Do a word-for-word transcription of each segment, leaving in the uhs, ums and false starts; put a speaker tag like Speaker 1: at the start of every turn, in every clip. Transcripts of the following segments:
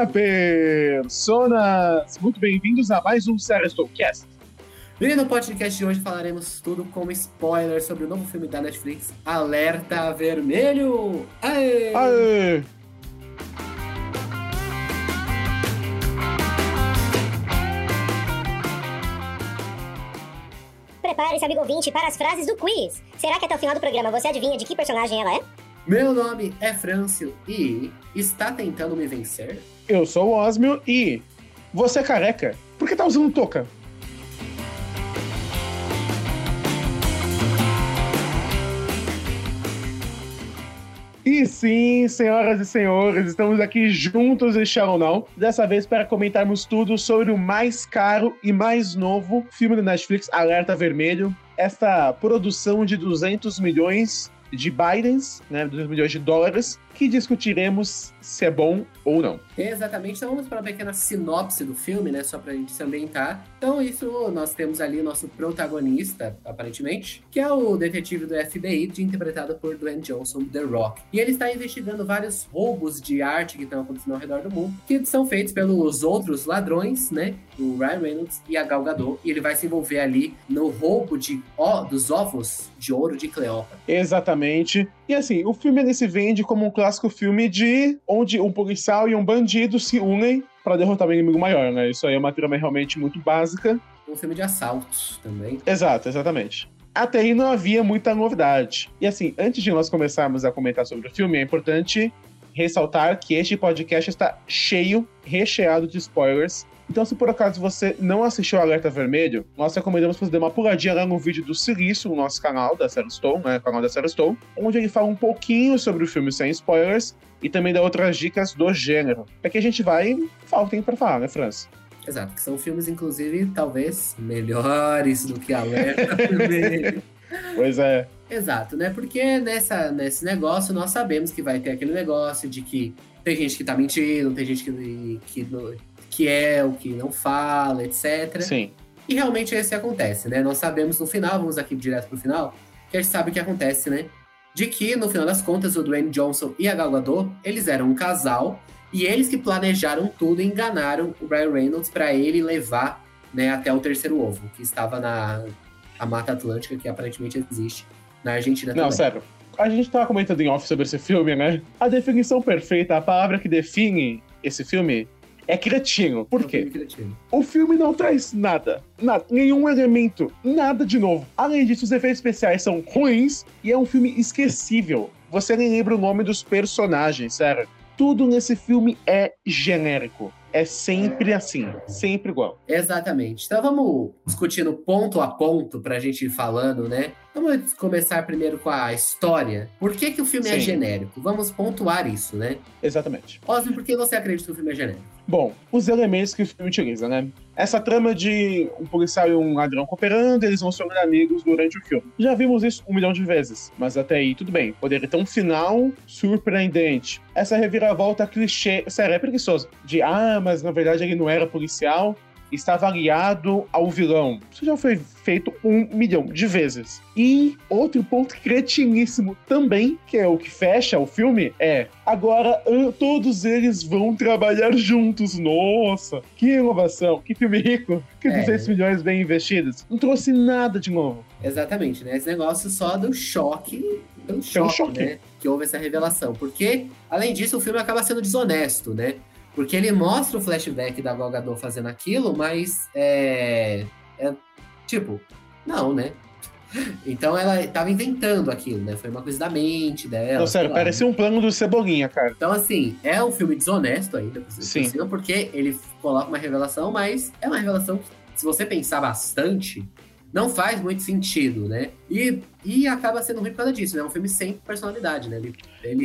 Speaker 1: Olá, personas! Muito bem-vindos a mais um Serestocast.
Speaker 2: E no podcast de hoje falaremos tudo como spoiler sobre o novo filme da Netflix, Alerta Vermelho! Aê!
Speaker 1: Aê!
Speaker 3: Prepare-se, amigo ouvinte, para as frases do quiz. Será que até o final do programa você adivinha de que personagem ela é?
Speaker 2: Meu nome é Frâncio e está tentando me vencer?
Speaker 1: Eu sou o Osmio e você é careca. Por que tá usando touca? E sim, senhoras e senhores, estamos aqui juntos em Shallow Now, dessa vez para comentarmos tudo sobre o mais caro e mais novo filme da Netflix, Alerta Vermelho. Esta produção de duzentos milhões de Bidens, né, duzentos milhões de dólares, que discutiremos se é bom ou não.
Speaker 2: Exatamente, então vamos para uma pequena sinopse do filme, né, só pra gente se ambientar. Então isso, nós temos ali o nosso protagonista, aparentemente, que é o detetive do F B I, interpretado por Dwayne Johnson, The Rock. E ele está investigando vários roubos de arte que estão acontecendo ao redor do mundo, que são feitos pelos outros ladrões, né, o Ryan Reynolds e a Gal Gadot, e ele vai se envolver ali no roubo de, ó, dos ovos de ouro de Cleópatra.
Speaker 1: Exatamente. E assim, o filme ele se vende como um clássico filme de onde um policial e um bandido se unem para derrotar um inimigo maior, né? Isso aí é uma trama realmente muito básica.
Speaker 2: Um filme de assaltos também.
Speaker 1: Exato, exatamente. Até aí não havia muita novidade. E assim, antes de nós começarmos a comentar sobre o filme, é importante ressaltar que este podcast está cheio, recheado de spoilers. Então, se por acaso você não assistiu o Alerta Vermelho, nós recomendamos você dar uma puladinha lá no vídeo do Silício, o nosso canal da Sarah Stone, né, canal da Sarah Stone, onde ele fala um pouquinho sobre o filme sem spoilers e também dá outras dicas do gênero. É que a gente vai falar o que tem pra falar, né, França?
Speaker 2: Exato, que são filmes, inclusive, talvez melhores do que Alerta Vermelho.
Speaker 1: Pois é.
Speaker 2: Exato, né? Porque nessa, nesse negócio nós sabemos que vai ter aquele negócio de que tem gente que tá mentindo, tem gente que, que, que é o que não fala, etcétera.
Speaker 1: Sim.
Speaker 2: E realmente é isso que acontece, né? Nós sabemos no final, vamos aqui direto pro final, que a gente sabe o que acontece, né? De que, no final das contas, o Dwayne Johnson e a Gal Gadot, eles eram um casal, e eles que planejaram tudo e enganaram o Ryan Reynolds para ele levar, né, até o terceiro ovo, que estava na a Mata Atlântica, que aparentemente existe na Argentina também.
Speaker 1: Não, sério. A gente tava comentando em off sobre esse filme, né? A definição perfeita, a palavra que define esse filme é cretino. Por quê?
Speaker 2: Cretino.
Speaker 1: O filme não traz nada, nada, nenhum elemento, nada de novo. Além disso, os efeitos especiais são ruins e é um filme esquecível. Você nem lembra o nome dos personagens, sério. Tudo nesse filme é genérico. É sempre assim, sempre igual.
Speaker 2: Exatamente. Então vamos discutindo ponto a ponto pra gente ir falando, né? Vamos começar primeiro com a história. Por que que o filme
Speaker 1: Sim.
Speaker 2: é genérico? Vamos pontuar isso, né?
Speaker 1: Exatamente.
Speaker 2: Osmo, por que você acredita que o filme é genérico?
Speaker 1: Bom, os elementos que o filme utiliza, né? Essa trama de um policial e um ladrão cooperando, eles vão ser amigos durante o filme. Já vimos isso um milhão de vezes, mas até aí tudo bem. Poderia ter um final surpreendente. Essa reviravolta clichê, sério, é preguiçoso. De, ah, mas na verdade ele não era policial, estava aliado ao vilão. Isso já foi feito um milhão de vezes. E outro ponto cretiníssimo também, que é o que fecha o filme, é agora uh, todos eles vão trabalhar juntos. Nossa, que inovação, que filme rico, que
Speaker 2: É.
Speaker 1: duzentos milhões bem investidos. Não trouxe nada de novo.
Speaker 2: Exatamente, né? Esse negócio só do choque, pelo choque,
Speaker 1: choque.
Speaker 2: né? Que houve essa revelação. Porque, além disso, o filme acaba sendo desonesto, né? Porque ele mostra o flashback da Gal Gadot fazendo aquilo, mas é... é tipo, não, né? Então ela tava inventando aquilo, né? Foi uma coisa da mente dela.
Speaker 1: Não, sério,
Speaker 2: sei lá,
Speaker 1: parecia um plano do Cebolinha, cara.
Speaker 2: Então, assim, é um filme desonesto ainda, por
Speaker 1: Sim.
Speaker 2: cima, porque ele coloca uma revelação, mas é uma revelação que, se você pensar bastante, não faz muito sentido, né? E, e acaba sendo ruim por causa disso, né? É um filme sem personalidade, né? Ele, ele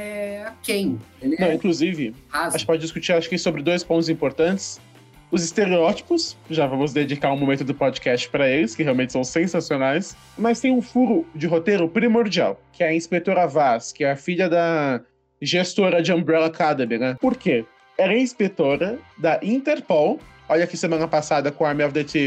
Speaker 2: é quem? Ele
Speaker 1: Não,
Speaker 2: é
Speaker 1: inclusive, a
Speaker 2: raso.
Speaker 1: gente pode discutir, acho que, sobre dois pontos importantes. Os estereótipos, já vamos dedicar um momento do podcast para eles, que realmente são sensacionais. Mas tem um furo de roteiro primordial, que é a Inspetora Vaz, que é a filha da gestora de Umbrella Academy, né? Por quê? Ela é inspetora da Interpol. Olha que semana passada, com Army of the Thieves,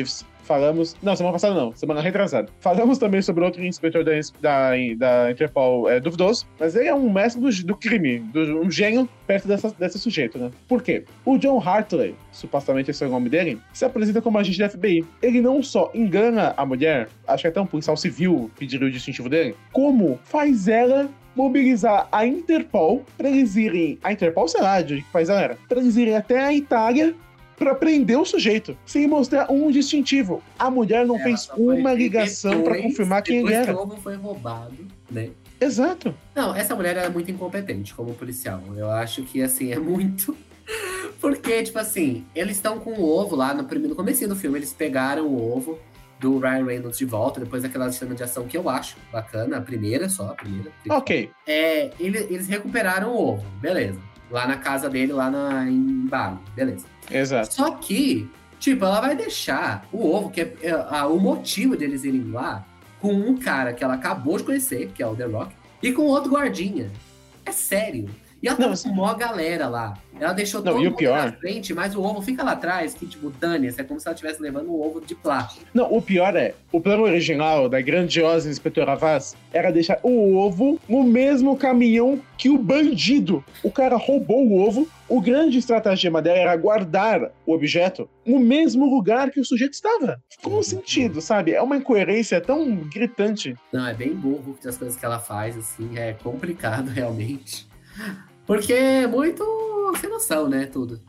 Speaker 1: Falamos... Não, semana passada não. Semana retrasada. Falamos também sobre outro inspetor da, da, da Interpol é, duvidoso, mas ele é um mestre do, do crime, do, um gênio perto dessa, desse sujeito, né? Por quê? O John Hartley, supostamente esse é o nome dele, se apresenta como agente da F B I. Ele não só engana a mulher, acho que até um policial civil pediria o distintivo dele, como faz ela mobilizar a Interpol pra eles irem... A Interpol, sei lá, de que país ela era. Pra eles irem até a Itália pra prender o sujeito, sem mostrar um distintivo. A mulher não
Speaker 2: Ela
Speaker 1: fez
Speaker 2: só foi
Speaker 1: uma
Speaker 2: ver
Speaker 1: ligação
Speaker 2: depois,
Speaker 1: pra confirmar quem ele
Speaker 2: depois
Speaker 1: era.
Speaker 2: que o ovo foi roubado, né?
Speaker 1: Exato.
Speaker 2: Não, essa mulher era muito incompetente como policial. Eu acho que, assim, é muito... Porque, tipo assim, eles estão com o ovo lá no primeiro, no comecinho do filme, eles pegaram o ovo do Ryan Reynolds de volta, depois daquela cena de ação que eu acho bacana, a primeira só, a primeira.
Speaker 1: Ok.
Speaker 2: É, ele, eles recuperaram o ovo, beleza. Lá na casa dele, lá na, em Bali, beleza.
Speaker 1: Exato.
Speaker 2: Só que, tipo, ela vai deixar o ovo, que é, é, é o motivo de eles irem lá, com um cara que ela acabou de conhecer, que é o The Rock, e com outro guardinha. É sério. E ela tava com uma galera lá. Ela deixou
Speaker 1: não,
Speaker 2: todo
Speaker 1: e o
Speaker 2: mundo
Speaker 1: pior...
Speaker 2: na frente, mas o ovo fica lá atrás, que tipo, dane-se, é como se ela estivesse levando um ovo de plástico.
Speaker 1: Não, o pior é, o plano original da grandiosa inspetora Vaz era deixar o ovo no mesmo caminhão que o bandido. O cara roubou o ovo, o grande estratagema dela era guardar o objeto no mesmo lugar que o sujeito estava. Com sentido, sabe? É uma incoerência tão gritante.
Speaker 2: Não, é bem burro as coisas que ela faz, assim, é complicado realmente. Porque é muito sem noção, né, tudo.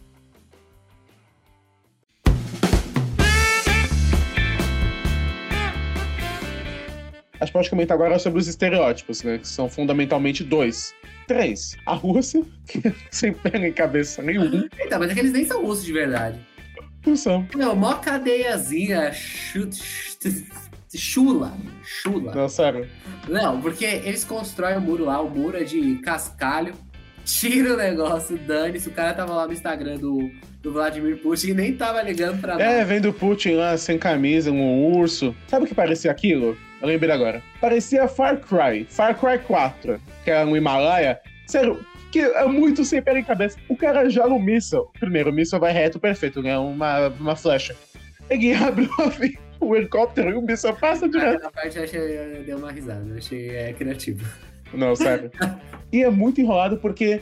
Speaker 1: A gente pode comentar agora sobre os estereótipos, né, que são fundamentalmente dois. Três. A Rússia, que sem pé nem cabeça nenhum.
Speaker 2: Eita, mas aqueles nem são russos de verdade.
Speaker 1: Não são.
Speaker 2: Não, mó cadeiazinha, chula, chula.
Speaker 1: Não, sério.
Speaker 2: Não, porque eles constroem o muro lá, o muro é de cascalho, tira o negócio, dane-se, o cara tava lá no Instagram do, do Vladimir Putin e nem tava ligando pra nada.
Speaker 1: É, vem do Putin lá, sem camisa, um urso. Sabe o que parecia aquilo? Eu lembrei agora. Parecia Far Cry, Far Cry quatro, que era no Himalaia. Sério, que é muito sem pé nem cabeça. O cara joga um míssil. Primeiro, o míssil vai reto, perfeito, né? Uma, uma flecha. Ele abre o, o helicóptero e o míssil passa direto.
Speaker 2: Na parte eu achei, eu dei uma risada, eu achei é, criativo.
Speaker 1: Não, sério. E é muito enrolado porque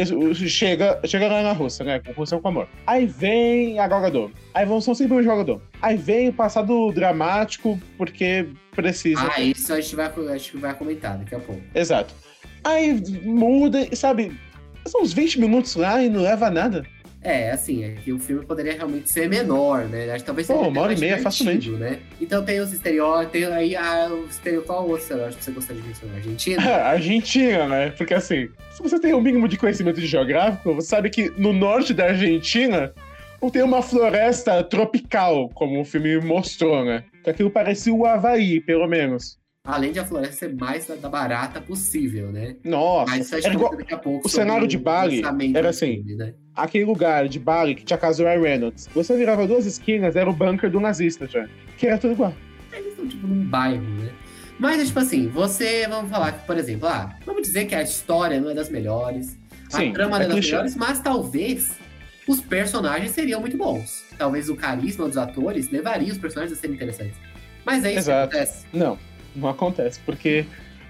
Speaker 1: chega, chega lá na Rússia, né? Com Rússia com amor. Aí vem a Gal Gadot. Aí vão são sempre um jogador. Aí vem o passado dramático, porque precisa.
Speaker 2: Ah, isso a gente vai, a gente vai comentar daqui a pouco.
Speaker 1: Exato. Aí muda, sabe? São uns vinte minutos lá e não leva a nada.
Speaker 2: É, assim, é que o filme poderia realmente ser menor, né? Acho que talvez seja
Speaker 1: Pô, uma hora e meia,
Speaker 2: divertido,
Speaker 1: facilmente.
Speaker 2: Né? Então tem os estereótipos, tem aí ah, o estereótipo, qual outro estereótipo que você gostaria de mencionar? Argentina?
Speaker 1: Argentina, né? Porque assim, se você tem o um mínimo de conhecimento de geográfico, você sabe que no norte da Argentina não tem uma floresta tropical, como o filme mostrou, né? Que aquilo parecia o Havaí, pelo menos.
Speaker 2: Além de a floresta ser mais da, da barata possível, né?
Speaker 1: Nossa,
Speaker 2: mas
Speaker 1: era igual...
Speaker 2: daqui a pouco
Speaker 1: o cenário de Bali era assim,
Speaker 2: filme, né?
Speaker 1: Aquele lugar de Bali que tinha a casa do Ryan Reynolds. Você virava duas esquinas, era o bunker do nazista já. Que era tudo igual.
Speaker 2: Eles estão tipo num bairro, né? Mas, tipo assim, você, vamos falar que, por exemplo, ah, vamos dizer que a história não é das melhores,
Speaker 1: Sim,
Speaker 2: a trama
Speaker 1: é
Speaker 2: não é das
Speaker 1: clichê.
Speaker 2: melhores, mas talvez os personagens seriam muito bons. Talvez o carisma dos atores levaria os personagens a serem interessantes. Mas é isso
Speaker 1: Exato.
Speaker 2: que acontece.
Speaker 1: Não, não acontece, porque,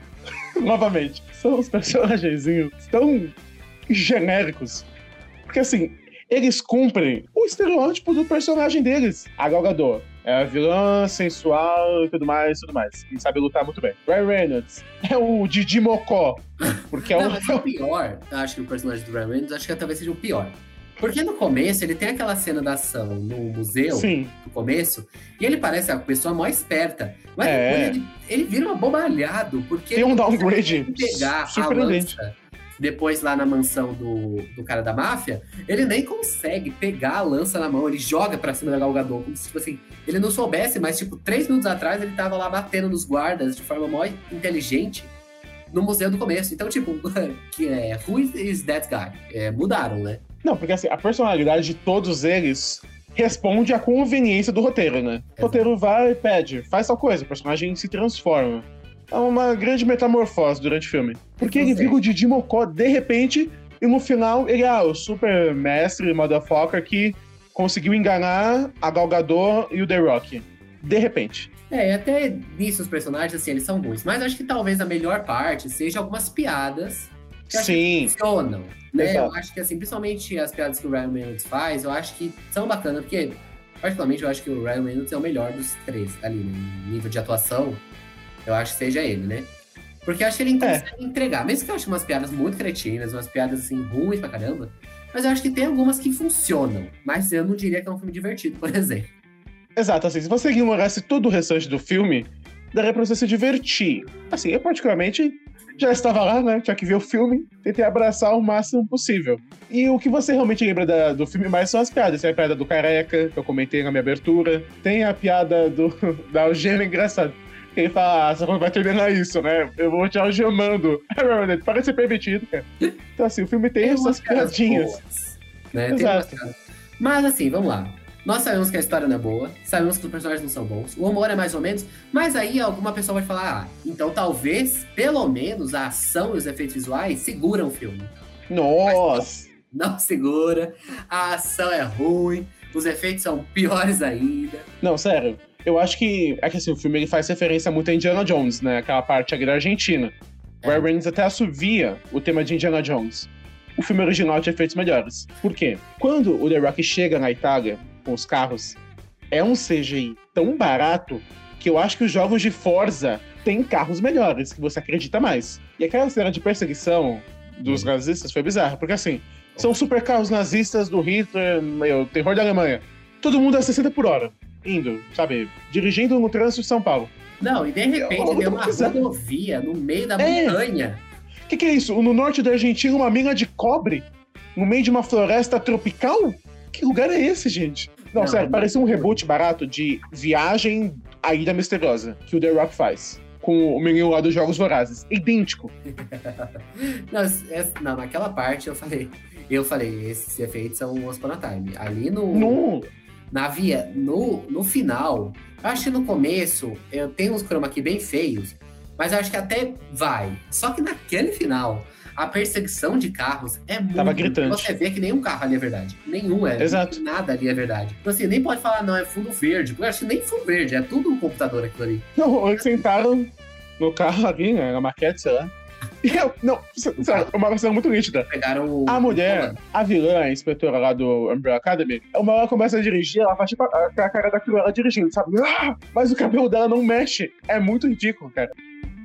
Speaker 1: novamente, são os personagenzinhos tão genéricos. Porque, assim, eles cumprem o estereótipo do personagem deles. A Gal Gadot é a vilã sensual e tudo mais, tudo mais. E sabe lutar muito bem. Ryan Reynolds é o Didi Mocó, porque é
Speaker 2: Não,
Speaker 1: o...
Speaker 2: mas é o pior, acho que o personagem do Ryan Reynolds, acho que talvez seja o pior. Porque no começo, ele tem aquela cena da ação no museu,
Speaker 1: Sim.
Speaker 2: no começo, e ele parece a pessoa mais esperta. Mas
Speaker 1: É.
Speaker 2: depois ele, ele vira um abobalhado, porque
Speaker 1: Tem um
Speaker 2: ele não
Speaker 1: downgrade
Speaker 2: consegue pegar a
Speaker 1: surpreendente.
Speaker 2: lança. Depois, lá na mansão do, do cara da máfia, ele nem consegue pegar a lança na mão, ele joga pra cima da Gal Gadot, como se, tipo assim, ele não soubesse, mas, tipo, três minutos atrás ele tava lá batendo nos guardas de forma mó inteligente no museu do começo. Então, tipo, que é, who is that guy? É, mudaram, né?
Speaker 1: Não, porque assim, a personalidade de todos eles responde à conveniência do roteiro, né? O roteiro vai e pede, faz tal coisa, o personagem se transforma. É uma grande metamorfose durante o filme. Porque ele vira o Didi Mocó de repente, e no final ele é ah, o super mestre, motherfucker, que conseguiu enganar a Gal Gadot e o The Rock. De repente.
Speaker 2: É, e até nisso os personagens, assim, eles são ruins. Mas acho que talvez a melhor parte seja algumas piadas que eu acho
Speaker 1: Sim.
Speaker 2: que funcionam, né?
Speaker 1: Exato.
Speaker 2: Eu acho que, assim, principalmente as piadas que o Ryan Reynolds faz, eu acho que são bacanas, porque, particularmente, eu acho que o Ryan Reynolds é o melhor dos três ali, né? Em nível de atuação, eu acho que seja ele, né? Porque eu acho que ele consegue é. entregar. Mesmo que eu ache umas piadas muito cretinas, umas piadas, assim, ruins pra caramba, mas eu acho que tem algumas que funcionam. Mas eu não diria que é um filme divertido, por exemplo.
Speaker 1: Exato, assim, se você ignorasse todo o restante do filme, daria pra você se divertir. Assim, eu particularmente já estava lá, né? Tinha que ver o filme, tentei abraçar o máximo possível. E o que você realmente lembra da, do filme mais são as piadas. Tem a piada do careca, que eu comentei na minha abertura. Tem a piada do, da algema engraçada. Ele fala, ah, você vai terminar isso, né? Eu vou te algemando. Parece ser permitido, cara. Então, assim, o filme tem, tem essas piadinhas. Boas,
Speaker 2: né? Exato. Tem Mas, assim, vamos lá. Nós sabemos que a história não é boa, sabemos que os personagens não são bons, o humor é mais ou menos, mas aí alguma pessoa vai falar, ah, então talvez, pelo menos, a ação e os efeitos visuais seguram o filme.
Speaker 1: Nossa!
Speaker 2: Não, não segura, a ação é ruim, os efeitos são piores ainda.
Speaker 1: Não, sério. Eu acho que, é que assim, o filme ele faz referência muito a Indiana Jones, né? Aquela parte aqui da Argentina. É. O Ryan Reynolds até assovia o tema de Indiana Jones. O filme original tinha efeitos melhores. Por quê? Quando o The Rock chega na Itália com os carros, é um C G I tão barato que eu acho que os jogos de Forza têm carros melhores, que você acredita mais. E aquela cena de perseguição dos nazistas foi bizarra, porque assim, são super carros nazistas do Hitler, meu, terror da Alemanha. Todo mundo a sessenta por hora. Indo, sabe, dirigindo no trânsito de São Paulo.
Speaker 2: Não, e de repente tem uma rodovia no meio da
Speaker 1: é.
Speaker 2: montanha.
Speaker 1: O que, que é isso? No norte da Argentina, uma mina de cobre? No meio de uma floresta tropical? Que lugar é esse, gente? Não, não sério, não, parecia um reboot barato de Viagem à Ilha Misteriosa, que o The Rock faz. Com o menino lá dos Jogos Vorazes. Idêntico.
Speaker 2: não, essa, não, naquela parte eu falei... Eu falei, esses efeitos são Once Upon a Time. Ali no...
Speaker 1: No...
Speaker 2: Na via, no, no final, acho que no começo eu tenho uns chroma key bem feios, mas acho que até vai. Só que naquele final, a perseguição de carros é muito...
Speaker 1: Tava gritante.
Speaker 2: Você vê que nenhum carro ali é verdade. Nenhum é.
Speaker 1: Exato.
Speaker 2: Nada ali é verdade. Então assim, nem pode falar, não, é fundo verde. Porque eu acho que nem fundo verde, é tudo um computador aquilo ali.
Speaker 1: Não, eles sentaram no carro ali, né, na maquete, sei lá. E eu, não, sério, uma cena muito nítida.
Speaker 2: Pegaram o...
Speaker 1: A mulher, a vilã, a inspetora lá do Umbrella Academy, uma hora começa a dirigir, ela faz tipo a, a cara daquilo, ela dirigindo, sabe? Ah, mas o cabelo dela não mexe. É muito ridículo, cara.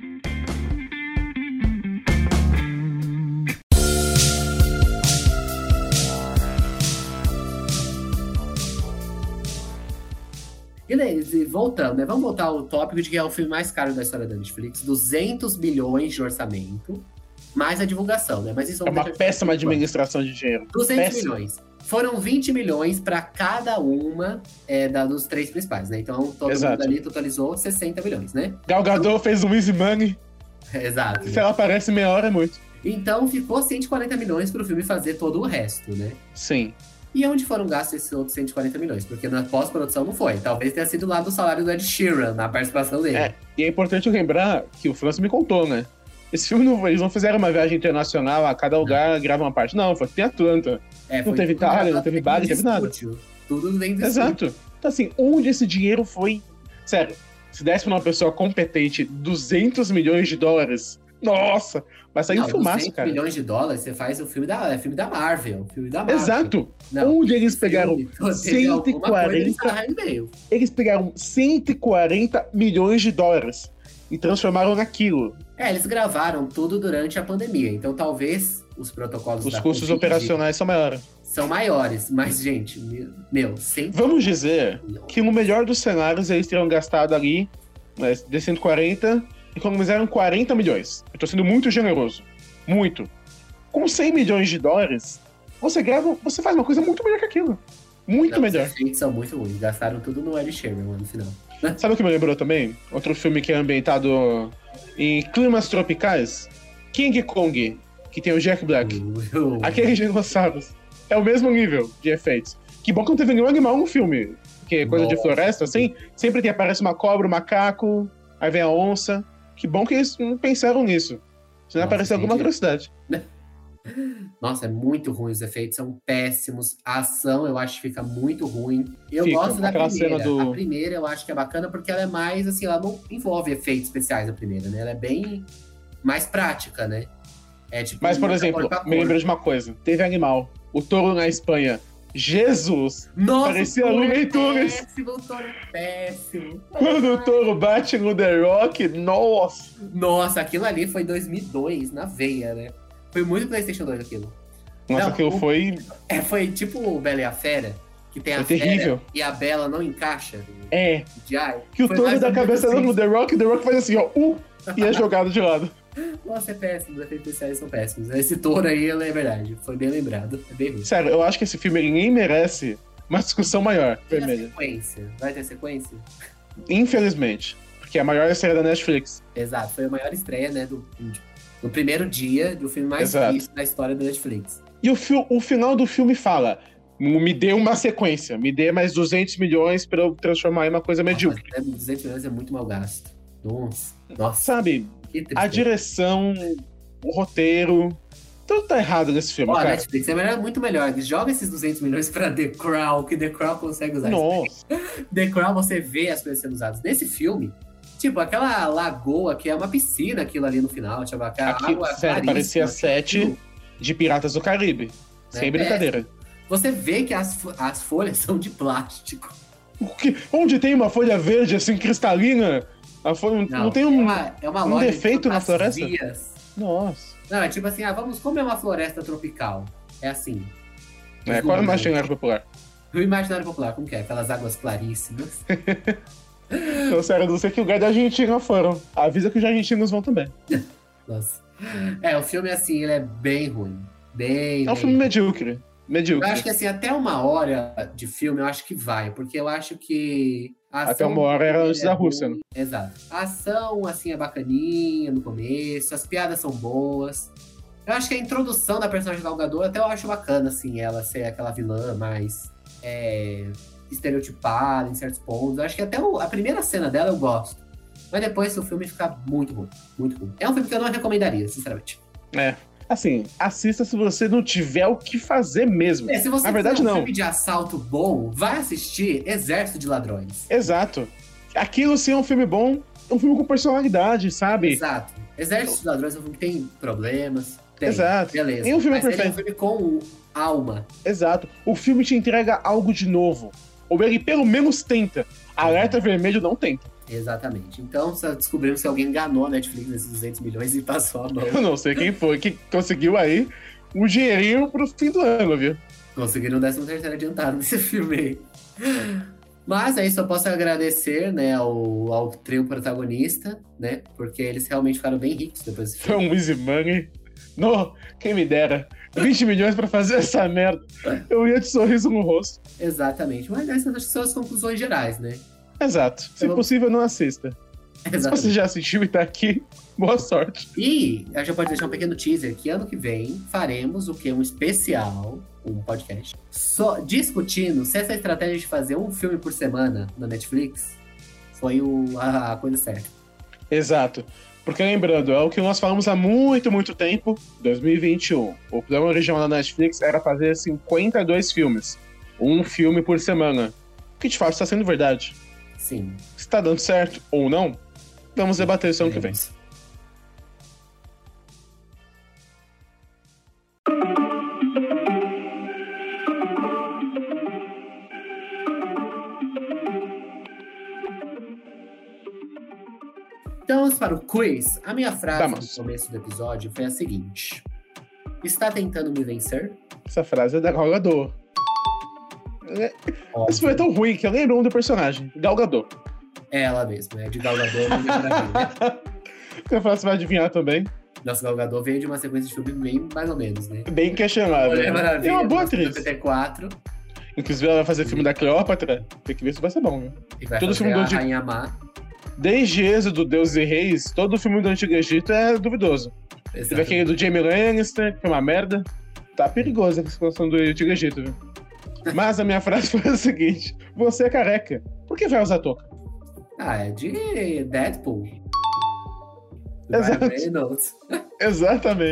Speaker 2: E voltando, né? Vamos voltar ao tópico de que é o filme mais caro da história da Netflix. duzentos milhões de orçamento, mais a divulgação, né? Mas isso
Speaker 1: é uma péssima administração de dinheiro.
Speaker 2: duzentos
Speaker 1: péssima.
Speaker 2: milhões. Foram vinte milhões para cada uma é, da, dos três principais, né? Então, todo
Speaker 1: Exato.
Speaker 2: mundo ali totalizou sessenta milhões, né?
Speaker 1: Gal Gadot fez um easy money.
Speaker 2: Exato.
Speaker 1: Se
Speaker 2: né?
Speaker 1: ela aparece meia hora, é muito.
Speaker 2: Então, ficou cento e quarenta milhões pro filme fazer todo o resto, né?
Speaker 1: Sim.
Speaker 2: E onde foram gastos esses outros cento e quarenta milhões? Porque na pós-produção não foi. Talvez tenha sido lá do salário do Ed Sheeran, na participação dele.
Speaker 1: É, e é importante lembrar que o França me contou, né? Esse filme, não, eles não fizeram uma viagem internacional, a cada lugar grava uma parte. Não, foi até Atlanta.
Speaker 2: É,
Speaker 1: não teve Itália, não teve Bali, não teve nada.
Speaker 2: Tudo dentro do
Speaker 1: Exato.
Speaker 2: Estúdio.
Speaker 1: Então assim, onde esse dinheiro foi... Sério, se desse pra uma pessoa competente duzentos milhões de dólares... Nossa, vai sair um filmaço, cara.
Speaker 2: milhões de dólares, você faz o filme da, é filme da Marvel. Filme da Marvel.
Speaker 1: Exato. Não, onde eles pegaram cento e quarenta... Eles pegaram cento e quarenta milhões de dólares e transformaram naquilo.
Speaker 2: É, eles gravaram tudo durante a pandemia. Então, talvez os protocolos
Speaker 1: Os
Speaker 2: da
Speaker 1: custos
Speaker 2: Covid
Speaker 1: operacionais são maiores.
Speaker 2: São maiores. Mas, gente, meu, cem...
Speaker 1: Vamos dizer que no melhor dos cenários eles teriam gastado ali, né, de cento e quarenta... economizaram quarenta milhões. Eu tô sendo muito generoso. Muito. Com cem milhões de dólares, você grava, você faz uma coisa muito melhor que aquilo. Muito
Speaker 2: Não,
Speaker 1: melhor.
Speaker 2: Os efeitos são muito ruins. Gastaram tudo no Ed Sheeran lá no final.
Speaker 1: Sabe o que me lembrou também? Outro filme que é ambientado em climas tropicais? King Kong, que tem o Jack Black.
Speaker 2: Uh, uh.
Speaker 1: Aqueles dinossauros. É o mesmo nível de efeitos. Que bom que não teve nenhum animal no filme. Porque coisa Nossa. de floresta, assim, sempre tem, aparece uma cobra, um macaco, aí vem a onça. Que bom que eles não pensaram nisso. Senão apareceu alguma atrocidade.
Speaker 2: Nossa, é muito ruim, os efeitos são péssimos. A ação, eu acho que fica muito ruim. Eu
Speaker 1: Fica,
Speaker 2: gosto da
Speaker 1: aquela
Speaker 2: primeira.
Speaker 1: cena do-
Speaker 2: A primeira eu acho que é bacana porque ela é mais, assim, ela não envolve efeitos especiais, a primeira, né? Ela é bem mais prática, né? É tipo...
Speaker 1: Mas, por
Speaker 2: muita
Speaker 1: exemplo,
Speaker 2: cor pra
Speaker 1: me
Speaker 2: cor.
Speaker 1: lembra de uma coisa. Teve Animal. O touro na Espanha. Jesus!
Speaker 2: Nossa,
Speaker 1: parecia
Speaker 2: o touro
Speaker 1: Looney
Speaker 2: é
Speaker 1: Tunes.
Speaker 2: péssimo, o touro é péssimo.
Speaker 1: Quando o touro bate no The Rock, nossa!
Speaker 2: Nossa, aquilo ali foi dois mil e dois, na veia, né? Foi muito PlayStation dois aquilo.
Speaker 1: Nossa,
Speaker 2: Não,
Speaker 1: aquilo
Speaker 2: o-
Speaker 1: foi...
Speaker 2: É, foi tipo o Bela e a Fera, que tem a
Speaker 1: Foi terrível.
Speaker 2: fera e a Bela não encaixa.
Speaker 1: É,
Speaker 2: De ai.
Speaker 1: que o
Speaker 2: Foi
Speaker 1: touro
Speaker 2: mais
Speaker 1: da
Speaker 2: ou menos
Speaker 1: cabeça
Speaker 2: assim.
Speaker 1: no The Rock, o The Rock faz assim, ó, uh, e é jogado de lado.
Speaker 2: Nossa, é péssimo, os efeitos especiais são péssimos. Esse touro aí, ele é verdade, foi bem lembrado, é bem ruim.
Speaker 1: Sério, eu acho que esse filme ele nem merece uma discussão maior,
Speaker 2: E a
Speaker 1: vermelha.
Speaker 2: sequência? Vai ter sequência?
Speaker 1: Infelizmente. Porque é a maior série da Netflix.
Speaker 2: Exato, foi a maior estreia, né, do, do primeiro dia do filme mais
Speaker 1: Exato.
Speaker 2: visto da história da Netflix.
Speaker 1: E o, fi- o final do filme fala: me dê uma sequência, me dê mais duzentos milhões pra eu transformar em uma coisa medíocre.
Speaker 2: Nossa, duzentos milhões é muito mal gasto. Nossa, nossa,
Speaker 1: Sabe,
Speaker 2: que tristeza.
Speaker 1: a direção, o roteiro, tudo tá errado nesse filme,
Speaker 2: Ó, a
Speaker 1: cara.
Speaker 2: Netflix é melhor, muito melhor. Joga esses duzentos milhões pra The Crown, que The Crown consegue usar.
Speaker 1: Nossa,
Speaker 2: The Crown, você vê as coisas sendo usadas. Nesse filme, tipo, aquela lagoa que é uma piscina, aquilo ali no final, tipo, aquela
Speaker 1: aqui,
Speaker 2: água
Speaker 1: sério,
Speaker 2: claríssima,
Speaker 1: parecia sete
Speaker 2: aquilo,
Speaker 1: de Piratas do Caribe. Sem
Speaker 2: É
Speaker 1: brincadeira.
Speaker 2: Você vê que as, fo- as folhas são de plástico.
Speaker 1: O que- onde tem uma folha verde assim, cristalina, a folha, não, tem
Speaker 2: é
Speaker 1: um.
Speaker 2: uma, é uma
Speaker 1: um
Speaker 2: loja de
Speaker 1: defeito na floresta?
Speaker 2: fantasias.
Speaker 1: Nossa.
Speaker 2: Não, é tipo assim, ah, vamos comer uma floresta tropical. É assim.
Speaker 1: É, qual é o imaginário popular?
Speaker 2: O imaginário popular, como que é? Aquelas águas claríssimas.
Speaker 1: Então, sério, eu não sei que lugar da Argentina foram. Avisa que os argentinos vão também.
Speaker 2: Nossa. É, o filme, assim, ele é bem ruim. Bem,
Speaker 1: É um
Speaker 2: bem
Speaker 1: filme medíocre.
Speaker 2: Eu
Speaker 1: Medíocre.
Speaker 2: acho que assim, até uma hora de filme, eu acho que vai, porque eu acho que a
Speaker 1: Até
Speaker 2: ação
Speaker 1: uma hora era
Speaker 2: dele
Speaker 1: antes
Speaker 2: é
Speaker 1: da
Speaker 2: boa.
Speaker 1: Rússia, né?
Speaker 2: Exato. A ação, assim, é bacaninha no começo, as piadas são boas. Eu acho que a introdução da personagem Gal Gadot, até eu acho bacana, assim, ela ser aquela vilã mais é, estereotipada em certos pontos. Eu acho que até o- a primeira cena dela eu gosto. Mas depois o filme fica muito ruim, muito ruim. É um filme que eu não recomendaria, sinceramente.
Speaker 1: É. Assim, assista se você não tiver o que fazer mesmo.
Speaker 2: É, se você
Speaker 1: Na verdade,
Speaker 2: quiser um
Speaker 1: não.
Speaker 2: filme de assalto bom, vai assistir Exército de Ladrões.
Speaker 1: Exato. Aquilo sim é um filme bom, é um filme com personalidade, sabe?
Speaker 2: Exato. Exército de Ladrões é um filme que tem problemas. Tem,
Speaker 1: Exato.
Speaker 2: Beleza.
Speaker 1: Nem um filme
Speaker 2: Mas ele é um
Speaker 1: perfeito.
Speaker 2: filme com alma.
Speaker 1: Exato. O filme te entrega algo de novo. Ou ele pelo menos tenta. Alerta Vermelho não tenta.
Speaker 2: Exatamente. Então, só descobrimos que alguém enganou a Netflix nesses duzentos milhões e passou a mão.
Speaker 1: Eu não sei quem foi que conseguiu aí um dinheirinho pro fim do ano, viu?
Speaker 2: Conseguiram o décimo terceiro adiantado nesse filme aí. Mas aí só posso agradecer, né, ao, ao trio protagonista, né? Porque eles realmente ficaram bem ricos depois desse
Speaker 1: Foi
Speaker 2: filme.
Speaker 1: um easy money. No, quem me dera. vinte milhões pra fazer essa merda. Eu ia de sorriso no rosto.
Speaker 2: Exatamente. Mas essas acho que são as conclusões gerais, né?
Speaker 1: Exato. Se
Speaker 2: Eu-
Speaker 1: possível, não assista. Se
Speaker 2: Exatamente.
Speaker 1: você já assistiu e tá aqui, boa sorte.
Speaker 2: E a gente pode deixar um pequeno teaser que ano que vem faremos o quê? Um especial, um podcast, só discutindo se essa estratégia de fazer um filme por semana na Netflix foi o, a, a coisa certa.
Speaker 1: Exato. Porque lembrando, é o que nós falamos há muito, muito tempo, dois mil e vinte e um. O plano original da Netflix era fazer cinquenta e dois filmes. Um filme por semana. O que de fato está sendo verdade.
Speaker 2: Sim.
Speaker 1: Se tá dando certo ou não, vamos debater isso ano que vem.
Speaker 2: Então vamos para o quiz. A minha frase
Speaker 1: Vamos.
Speaker 2: no começo do episódio foi a seguinte: está tentando me vencer?
Speaker 1: Essa frase é da Gal Gadot. Isso foi tão ruim que eu lembro um do personagem, Gal Gadot.
Speaker 2: É ela mesma, é de Gal Gadot. Mulher Maravilha.
Speaker 1: Essa frase vai adivinhar também.
Speaker 2: Nossa, Gal Gadot veio de uma sequência de filme bem mais ou menos, né?
Speaker 1: Bem questionável.
Speaker 2: Mulher Maravilha,
Speaker 1: É uma boa
Speaker 2: mil novecentos
Speaker 1: atriz.
Speaker 2: e noventa e quatro.
Speaker 1: Inclusive, ela vai fazer filme da Cleópatra. Tem que ver se vai ser bom, né?
Speaker 2: E vai
Speaker 1: Todo
Speaker 2: fazer
Speaker 1: filme do
Speaker 2: a
Speaker 1: Antigo-
Speaker 2: Rainha Má.
Speaker 1: Desde Êxodo, Deus e Reis, todo filme do Antigo Egito é duvidoso. Teve aquele do Jamie Lannister, que foi uma merda. Tá perigosa essa situação do Antigo Egito, viu? Mas a minha frase foi a seguinte: você é careca, por que vai usar touca?
Speaker 2: Ah, é de Deadpool.
Speaker 1: Exato.
Speaker 2: Ryan Reynolds.
Speaker 1: Exatamente.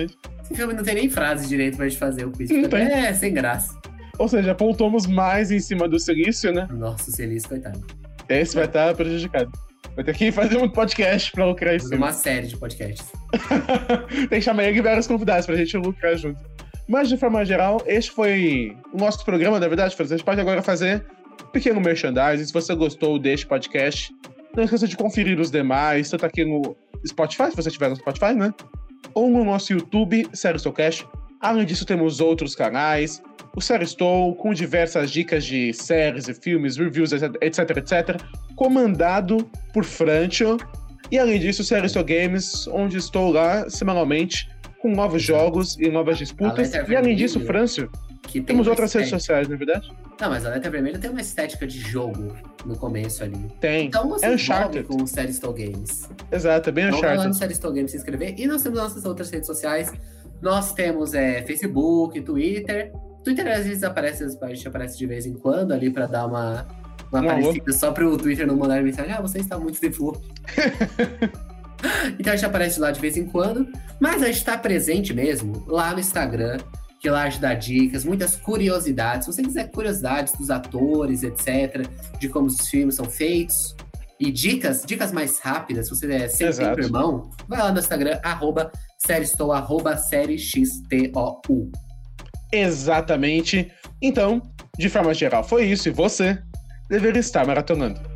Speaker 2: Esse filme não tem nem frase direito pra gente fazer o quiz.
Speaker 1: Não tem.
Speaker 2: É, sem graça.
Speaker 1: Ou seja, apontamos mais em cima do silício, né?
Speaker 2: Nossa, o Celício, coitado.
Speaker 1: Esse vai estar prejudicado. Vai ter que fazer um podcast pra lucrar isso.
Speaker 2: Uma série de podcasts.
Speaker 1: Tem que chamar ele e vários convidados pra gente lucrar junto. Mas, de forma geral, este foi o nosso programa, na verdade. A gente pode agora fazer um pequeno merchandising. Se você gostou deste podcast, não esqueça de conferir os demais, tanto aqui no Spotify, se você estiver no Spotify, né? Ou no nosso YouTube, Série Stowcast. Além disso, temos outros canais. O Série Stow, com diversas dicas de séries e filmes, reviews, etc, etc. Comandado por Francio. E, além disso, o Série Stow Games, onde estou lá semanalmente com novos jogos e novas disputas. E, além disso, Francio,
Speaker 2: que
Speaker 1: temos outras
Speaker 2: estética.
Speaker 1: redes sociais, não é verdade?
Speaker 2: Não, mas a Letra Vermelha tem uma estética de jogo no começo ali.
Speaker 1: Tem.
Speaker 2: Então você
Speaker 1: É
Speaker 2: envolve
Speaker 1: Uncharted.
Speaker 2: com o Série Stow Games.
Speaker 1: Exato, é bem
Speaker 2: Então vai lá no
Speaker 1: Uncharted.
Speaker 2: Série Stow Games se inscrever. E nós temos nossas outras redes sociais. Nós temos é, Facebook, Twitter. Twitter às vezes aparece, a gente aparece de vez em quando ali pra dar uma, uma
Speaker 1: Um alô.
Speaker 2: aparecida só pro Twitter não mandar mensagem. Ah, você está muito default. Então a gente aparece lá de vez em quando. Mas a gente tá presente mesmo lá no Instagram, que lá a gente dá dicas, muitas curiosidades. Se você quiser curiosidades dos atores, etcétera, de como os filmes são feitos, e dicas, dicas mais rápidas, se você é sem
Speaker 1: Exato.
Speaker 2: tempo, irmão, vai lá no Instagram, arroba sériestow, arroba série X T O U.
Speaker 1: Exatamente. Então, de forma geral, foi isso. E você deveria estar maratonando.